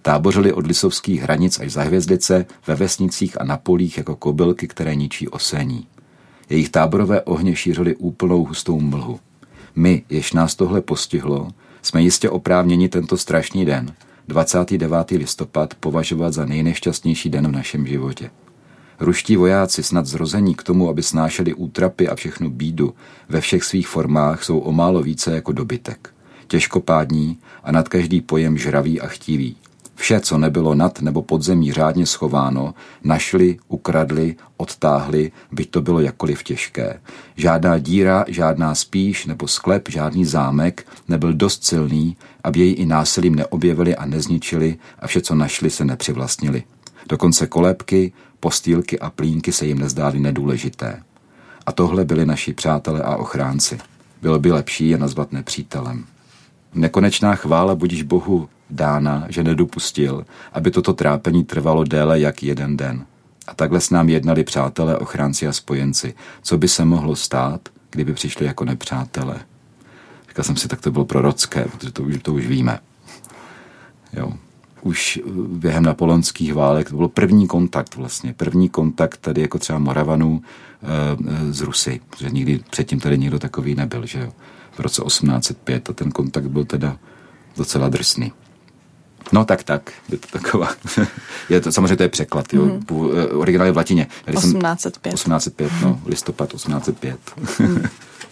Tábořili od lisovských hranic až za Hvězdice, ve vesnicích a na polích jako kobylky, které ničí osení. Jejich táborové ohně šířily úplnou hustou mlhu. My, jež nás tohle postihlo, jsme jistě oprávněni tento strašný den, dvacátého devátého listopad, považovat za nejnešťastnější den v našem životě. Ruští vojáci, snad zrození k tomu, aby snášeli útrapy a všechnu bídu, ve všech svých formách jsou o málo více jako dobytek. Těžkopádní a nad každý pojem žravý a chtivý. Vše, co nebylo nad nebo pod zemí řádně schováno, našli, ukradli, odtáhli, byť to bylo jakkoliv těžké. Žádná díra, žádná spíš nebo sklep, žádný zámek nebyl dost silný, aby jej i násilím neobjevili a nezničili a vše, co našli, se nepřivlastnili. Dokonce kolébky, postýlky a plínky se jim nezdály nedůležité. A tohle byli naši přátelé a ochránci. Bylo by lepší je nazvat nepřítelem. Nekonečná chvála budiž Bohu dána, že nedopustil, aby toto trápení trvalo déle jak jeden den. A takhle s námi jednali přátelé, ochránci a spojenci. Co by se mohlo stát, kdyby přišli jako nepřátelé? Říkal jsem si, tak to bylo prorocké, protože to už, to už víme. Jo. Už během napoleonských válek to byl první kontakt vlastně. První kontakt tady jako třeba Moravanů e, z Rusy, protože nikdy předtím tady nikdo takový nebyl, že jo. V roce osmnáct set pět a ten kontakt byl teda docela drsný. No tak, tak, je to taková, je to, samozřejmě to je překlad, jo, mm. originál je v latině. osmnáct set pět. osmnáct set pět, no, listopad osmnáct set pět. Mm.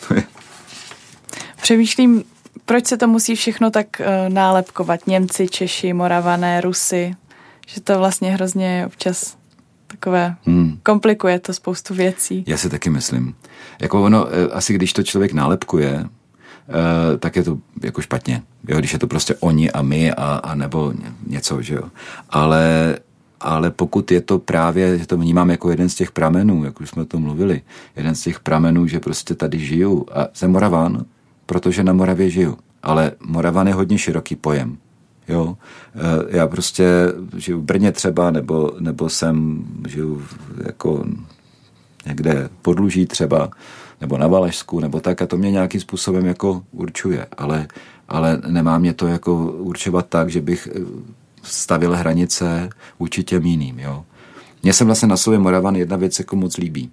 Přemýšlím, proč se to musí všechno tak uh, nálepkovat, Němci, Češi, Moravané, Rusy, že to vlastně hrozně občas takové, mm. komplikuje to spoustu věcí. Já si taky myslím. Jako ono, asi když to člověk nálepkuje, Uh, tak je to jako špatně. Jo, když je to prostě oni a my a, a nebo něco, že jo. Ale, ale pokud je to právě, že to vnímám jako jeden z těch pramenů, jak už jsme o tom mluvili, jeden z těch pramenů, že prostě tady žiju a jsem Moravan, protože na Moravě žiju. Ale Moravan je hodně široký pojem. Jo. Uh, já prostě žiju v Brně třeba, nebo, nebo jsem žiju jako někde podluží třeba, nebo na Valašsku, nebo tak, a to mě nějakým způsobem jako určuje, ale, ale nemá mě to jako určovat tak, že bych stavil hranice vůči těm jiným, jo. Mně se vlastně na sobě Moravan jedna věc jako moc líbí,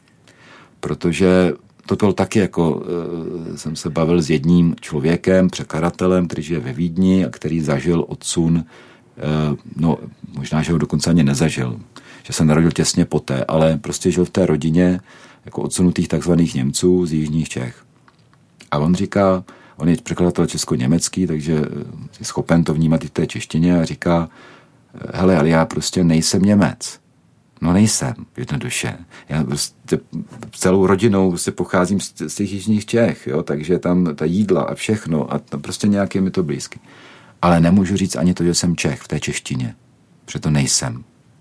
protože to byl taky jako, jsem se bavil s jedním člověkem, překladatelem, který žije ve Vídni a který zažil odsun, no možná, že ho dokonce ani nezažil, že se narodil těsně poté, ale prostě žil v té rodině jako odsunutých takzvaných Němců z jižních Čech. A on říká, on je překladatel česko-německý, takže je schopen to vnímat i v té češtině a říká, hele, ale já prostě nejsem Němec. No nejsem, jednoduše. Já prostě celou rodinou prostě pocházím z, z těch jižních Čech, jo, takže tam ta jídla a všechno a tam prostě nějak je mi to blízky. Ale nemůžu říct ani to, že jsem Čech v té češtině, protože to nejsem.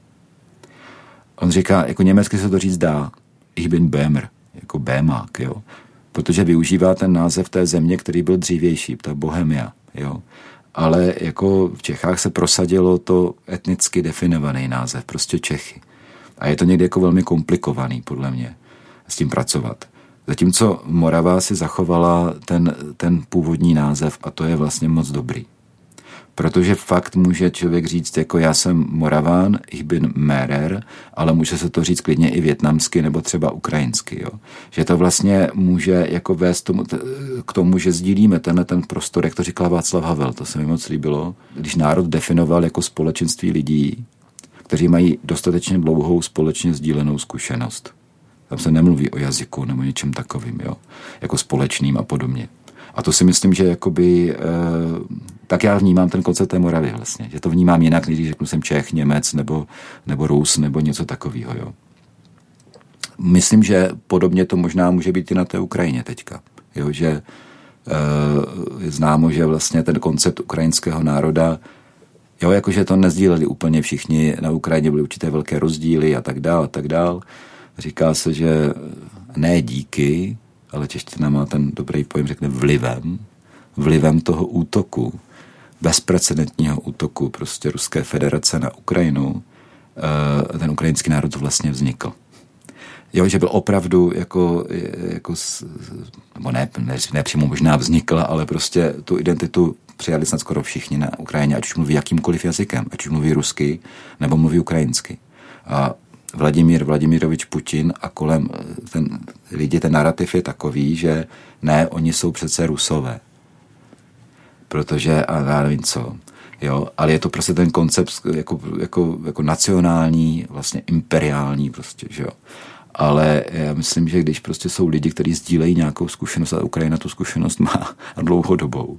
On říká, jako německy se to říct dá, ich bin Böhmer, jako Bémák, jo. Protože využívá ten název té země, který byl dřívější, ta Bohemia, jo. Ale jako v Čechách se prosadilo to etnicky definovaný název, prostě Čechy. A je to někdy jako velmi komplikovaný, podle mě, s tím pracovat. Zatímco Morava si zachovala ten, ten původní název a to je vlastně moc dobrý. Protože fakt může člověk říct, jako já jsem Moraván, ich bin Mährer, ale může se to říct klidně i vietnamsky nebo třeba ukrajinsky. Jo? Že to vlastně může jako vést tomu, k tomu, že sdílíme tenhle ten prostor, jak to říkal Václav Havel, to se mi moc líbilo, když národ definoval jako společenství lidí, kteří mají dostatečně dlouhou společně sdílenou zkušenost. Tam se nemluví o jazyku nebo něčem takovým, jo? Jako společným a podobně. A to si myslím, že jakoby, e, tak já vnímám ten koncept té Moravy vlastně. Že to vnímám jinak, než když řeknu jsem Čech, Němec nebo, nebo Rus nebo něco takového. Jo. Myslím, že podobně to možná může být i na té Ukrajině teďka. Jo, že e, je známo, že vlastně ten koncept ukrajinského národa, jo, jakože to nezdíleli úplně všichni, na Ukrajině byly určité velké rozdíly a tak dál a tak dál. Říká se, že ne díky, ale čeština má ten dobrý pojem, řekne vlivem, vlivem toho útoku, bezprecedentního útoku prostě Ruské federace na Ukrajinu, ten ukrajinský národ vlastně vznikl. Jo, že byl opravdu jako, jako nebo ne, ne, ne přímo možná vznikl, ale prostě tu identitu přijali snad skoro všichni na Ukrajině, ať už mluví jakýmkoliv jazykem, ať už mluví rusky nebo mluví ukrajinsky. A Vladimír Vladimirovič Putin a kolem ten, lidi, ten narrativ je takový, že ne, oni jsou přece Rusové. Protože, a já nevím co, jo, ale je to prostě ten koncept jako, jako, jako nacionální, vlastně imperiální prostě, že jo. Ale já myslím, že když prostě jsou lidi, kteří sdílejí nějakou zkušenost a Ukrajina tu zkušenost má a dlouhodobou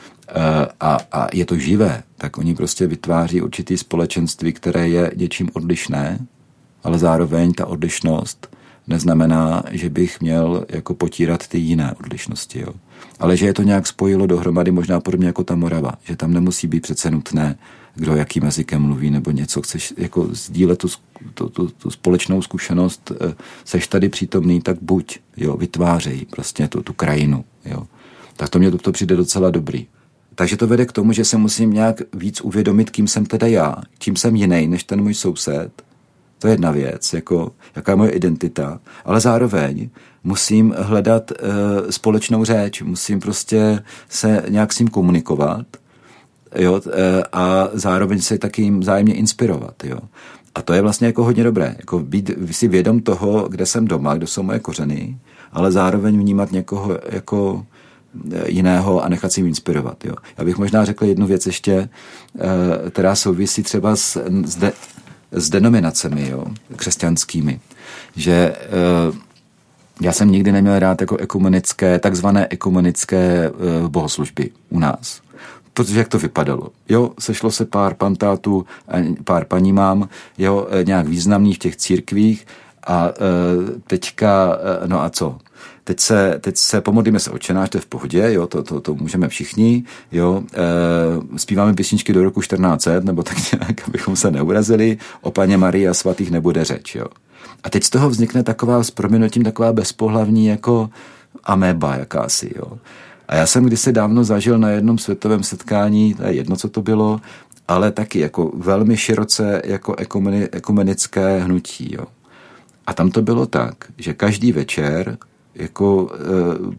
a, a je to živé, tak oni prostě vytváří určitý společenství, které je něčím odlišné, ale zároveň ta odlišnost neznamená, že bych měl jako potírat ty jiné odlišnosti, jo. Ale že je to nějak spojilo dohromady, možná podobně jako ta Morava, že tam nemusí být přece nutné, kdo jakým jazykem mluví nebo něco. Chceš jako sdílet tu, tu, tu, tu společnou zkušenost, seš tady přítomný, tak buď, jo, vytvářej prostě tu, tu krajinu, jo. Tak to mě to, to přijde docela dobrý. Takže to vede k tomu, že se musím nějak víc uvědomit, kým jsem teda já, čím jsem jiný než ten můj soused. To je jedna věc, jako jaká je moje identita, ale zároveň musím hledat uh, společnou řeč, musím prostě se nějak s ním komunikovat, jo, uh, a zároveň se taky jim vzájemně inspirovat, jo. A to je vlastně jako hodně dobré, jako být si vědom toho, kde jsem doma, kde jsou moje kořeny, ale zároveň vnímat někoho jako jiného a nechat si jim inspirovat, jo. Já bych možná řekl jednu věc ještě, uh, která souvisí třeba s, s de, s denominacemi, jo, křesťanskými, že uh, já jsem nikdy neměl rád jako ekumenické, takzvané ekumenické uh, bohoslužby u nás. Protože jak to vypadalo? Jo, sešlo se pár pantátů, pár paní mám, jo, nějak významných v těch církvích a uh, teďka, uh, no a co? Teď se, teď se pomodlíme se Otčenáš, to je v pohodě, jo, to, to, to můžeme všichni, jo, e, zpíváme písničky do roku čtrnáct set, nebo tak nějak, abychom se neurazili, o Paně Marii a svatých nebude řeč, jo. A teď z toho vznikne taková, s prominutím taková bezpohlavní jako ameba jakási, jo. A já jsem kdysi dávno zažil na jednom světovém setkání, to je jedno, co to bylo, ale taky jako velmi široce jako ekumeni, ekumenické hnutí, jo. A tam to bylo tak, že každý večer jako e,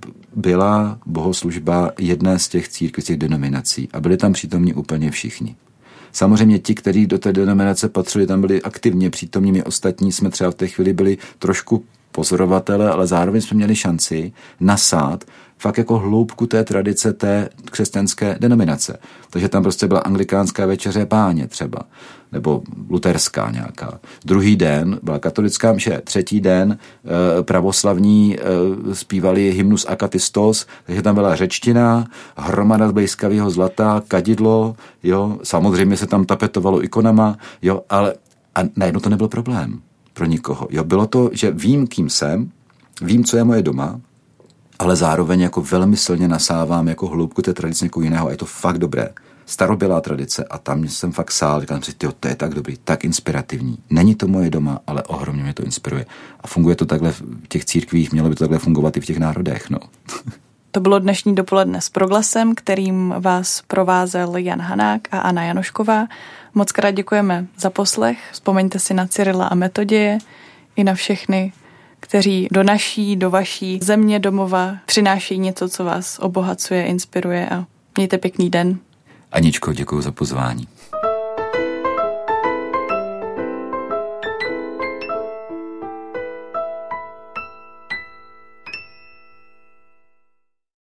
byla bohoslužba jedné z těch církví, těch denominací a byli tam přítomní úplně všichni. Samozřejmě ti, kteří do té denominace patřili, tam byli aktivně přítomní, my ostatní jsme třeba v té chvíli byli trošku pozorovatele, ale zároveň jsme měli šanci nasát fakt jako hloubku té tradice té křesťanské denominace. Takže tam prostě byla anglikánská večeře Páně třeba, nebo luterská nějaká. Druhý den byla katolická mše, třetí den e, pravoslavní e, zpívali hymnus Akatistos, takže tam byla řečtina, hromada blejskavého zlata, kadidlo, jo, samozřejmě se tam tapetovalo ikonama, jo, ale a najednou to nebyl problém pro nikoho. Jo, bylo to, že vím, kým jsem, vím, co je moje doma, ale zároveň jako velmi silně nasávám jako hloubku té tradice někoho jiného a je to fakt dobré. Starobylá tradice a tam jsem fakt sál, říkám si, tyjo, to je tak dobrý, tak inspirativní. Není to moje doma, ale ohromně mě to inspiruje. A funguje to takhle v těch církvích, mělo by to takhle fungovat i v těch národech, no. To bylo dnešní dopoledne s Proglasem, kterým vás provázel Jan Hanák a Anna Janošková. Moc krát děkujeme za poslech, vzpomeňte si na Cyrila a Metoděje i na všechny, kteří do naší, do vaší země domova přináší něco, co vás obohacuje, inspiruje a mějte pěkný den. Aničko, děkuji za pozvání.